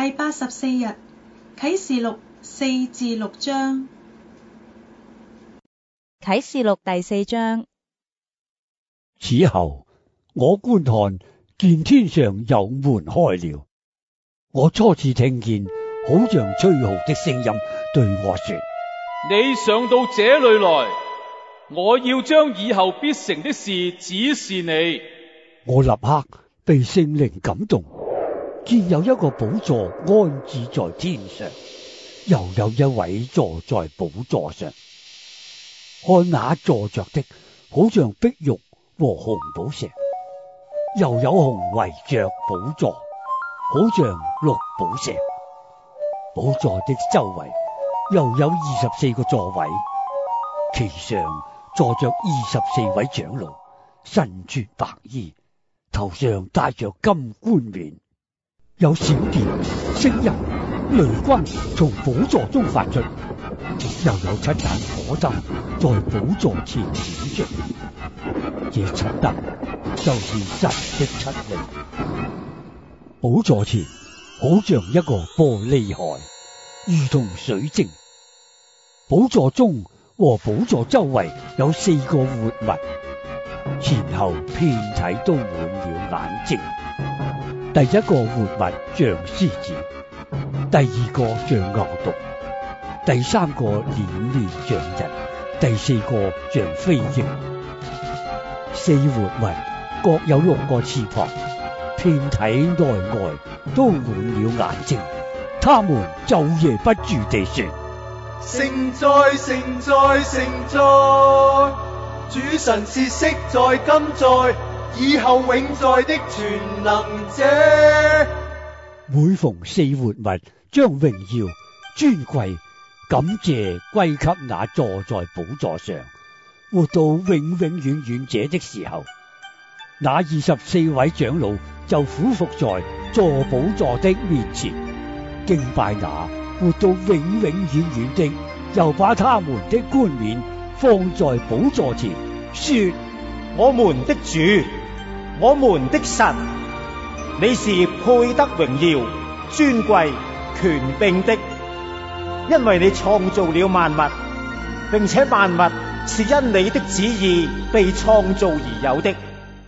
第84日，啟示錄4至6章。 啟示錄第4章。 此後，我觀看，見天上有門開了。我初次聽見，好像吹號的聲音對我說： 你上到這裏來，我要將以後必成的事指示你。 我立刻被聖靈感動，見有一個寶座安置在天上，又有一位坐在寶座上。看那坐着的，好像碧玉和紅寶石，又有紅圍着寶座，好像綠寶石。寶座的周圍又有24個座位，其上坐着24位長老，身穿白衣，頭上戴着金冠冕。有閃電、聲音、雷轟從寶座中發出，又有7盞火燈在寶座前點着。這7燈就是神的7靈。寶座前好像一個玻璃海，如同水晶。寶座中和寶座周圍有4個活物，前後遍體都滿了眼睛。第一個活物像獅子，第二個像牛犢，第三個臉面像人，第4個像飛鷹。4活物各有6個翅膀，遍體內外都滿了眼睛。他們晝夜不住地說： 聖哉，聖哉，聖哉！主神是昔在今在以後永在的全能者。 每逢4活物將榮耀、尊貴、感謝歸給那坐在寶座上活到永永遠遠者的時候，那24位長老就俯伏在坐寶座的面前，敬拜那活到永永遠遠的，又把他們的冠冕放在寶座前，說： 我們的主，我們的神，你是配得榮耀、尊貴、權柄的，因為你創造了萬物，並且萬物是因你的旨意被創造而有的。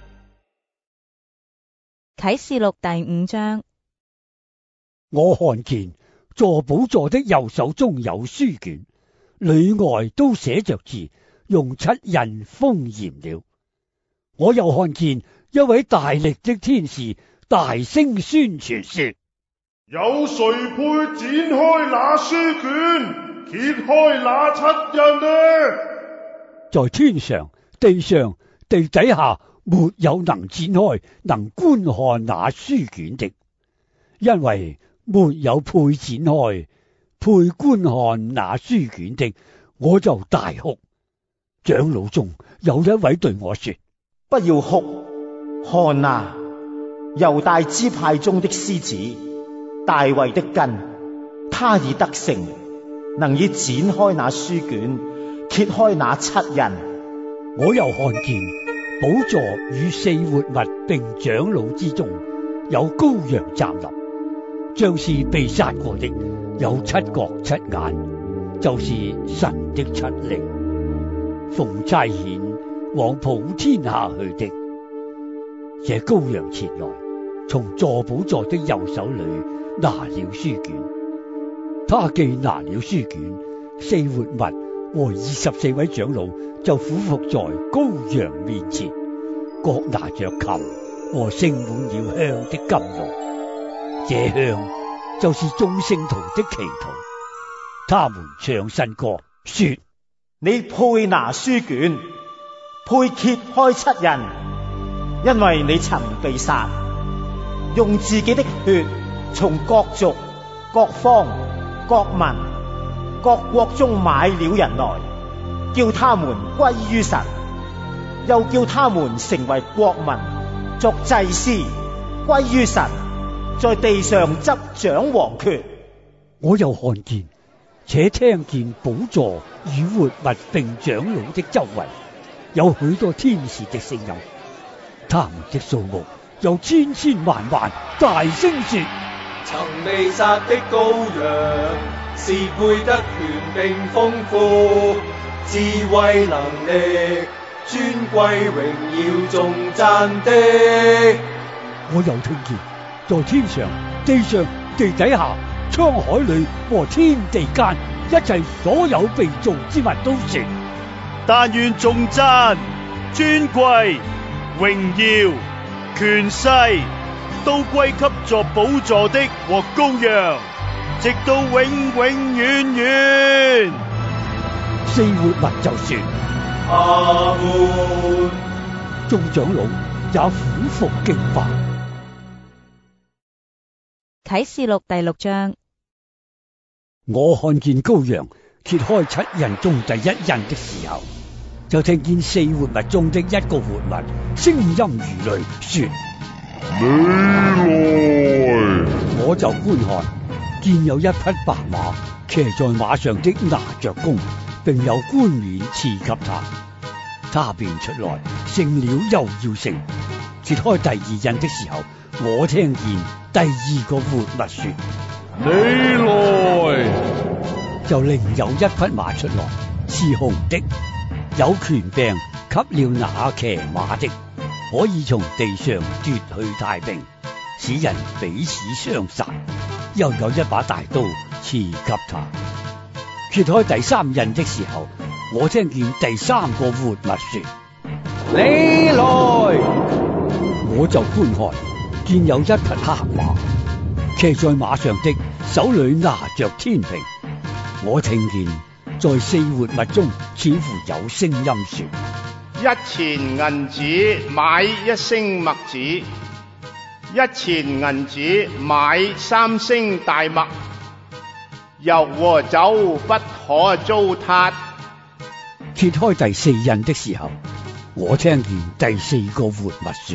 啟示錄第5章。 我看見坐寶座的右手中有書卷，裏外都寫着字，用7印封嚴了。我又看見一位大力的天使大聲宣傳說： 有誰配展開那書卷，揭開那7印呢？ 在天上、地上、地底下，沒有能展開、能觀看那書卷的，因為沒有配展開、配觀看那書卷的，我就大哭。長老中有一位對我說： 不要哭，看啊，猶大支派中的獅子，大衛的根，他已得勝，能以展開那書卷，揭開那7印。 我又看見寶座與4活物並長老之中有羔羊站立，像是被殺過的，有7角7眼，就是神的7靈，奉差遣往普天下去的。這羔羊前來，從坐寶座的右手裏拿了書卷，他既拿了書卷，4活物和24位長老就俯伏在羔羊面前，各拿着琴和盛滿了香的甘露，這香就是眾聖徒的祈禱。他們唱新歌說： 你配拿書卷，配揭開7印，因為你曾被殺，用自己的血從各族、各方、各民、各國中買了人來，叫他們歸於神，又叫他們成為國民，作祭司，歸於神，在地上執掌王權。 我又看見，且聽見寶座與活物並長老的周圍有許多天使的聲音，他們的數目有千千萬萬，大聲說： 曾被殺的羔羊，是配得權柄豐富、智慧能力、尊貴榮耀頌讚的。 我又聽見在天上、地上、地底下、滄海裏和天地間一切所有被造之物都說： 但願頌讚、尊貴、榮耀、權勢都歸給作寶座的和羔羊，直到永永遠遠。 四活物就說： 阿門。 眾長老也俯伏敬拜。 啟示錄第6章。 我看見羔羊揭開7印中第1印的時候，就聽見四活物中的一個活物聲音如雷說： 你來！ 我就觀看，見有一匹白馬，騎在馬上的拿着弓，並有冠冕賜給他。他便出來，勝了又要勝。揭開第2印的時候，我聽見第2個活物說： 你來！ 就另有一匹馬出來，是紅的，有權柄給了那騎馬的，可以從地上奪去太平，使人彼此相殺。又有一把大刀賜給他。揭開第3印的時候，我聽見第3個活物說：你來！我就觀看，見有一匹黑馬，騎在馬上的手裏拿着天平。我聽見在四活物中似乎有聲音說： 一錢銀子買1升麥子，一錢銀子買3升大麥，油和酒不可糟蹋。 揭開第4印的時候，我聽見第4個活物說：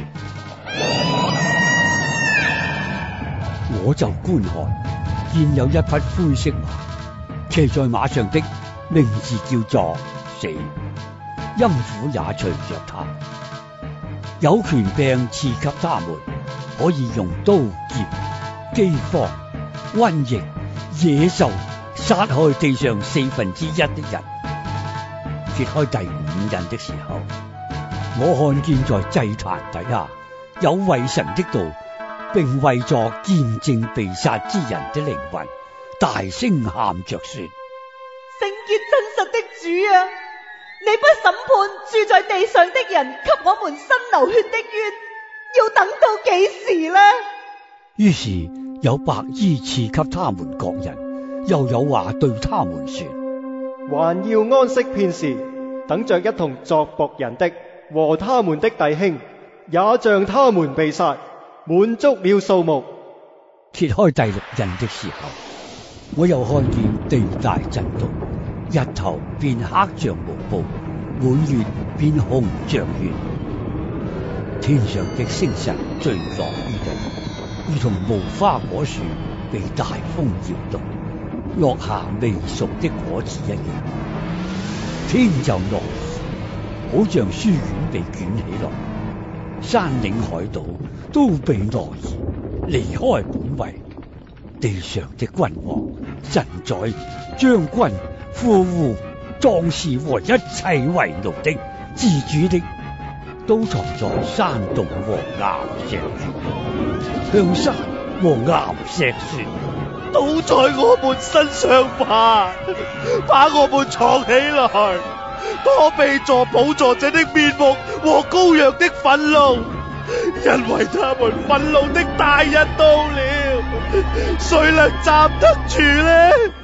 我就觀看，見有一匹灰色馬，騎在馬上的名字叫做死，陰府也隨着他，有權柄賜給他們，可以用刀劍、饑荒、瘟疫、野獸殺害地上1/4的人。揭開第5印的時候，我看見在祭壇底下有為神的道，並為作見證被殺之人的靈魂，大聲喊着說： 聖潔真實的主啊，你不審判住在地上的人，給我們伸流血的冤，要等到幾時呢？ 於是有白衣賜給他們各人，又有話對他們說： 還要安息片時，等着一同作僕人的和他們的弟兄，也像他們被殺，滿足了數目。 揭開第6印的時候，我又看見地大震動，日頭變黑像毛布，滿月變紅像月，天上的星辰墜落於地，如同無花果樹被大風搖動，落下未熟的果子一樣。天就挪移，好像書卷被捲起來，山嶺海島都被挪移，離開本位。地上的君王、神宰、將軍、富戶、壯士和一切為奴的、自主的，都藏在山洞和岩石中，向山和岩石說： 都在我們身上吧，把我們藏起來，躲避坐寶座者的面目和羔羊的憤怒，因為他們憤怒的大日到了，誰能站得住呢？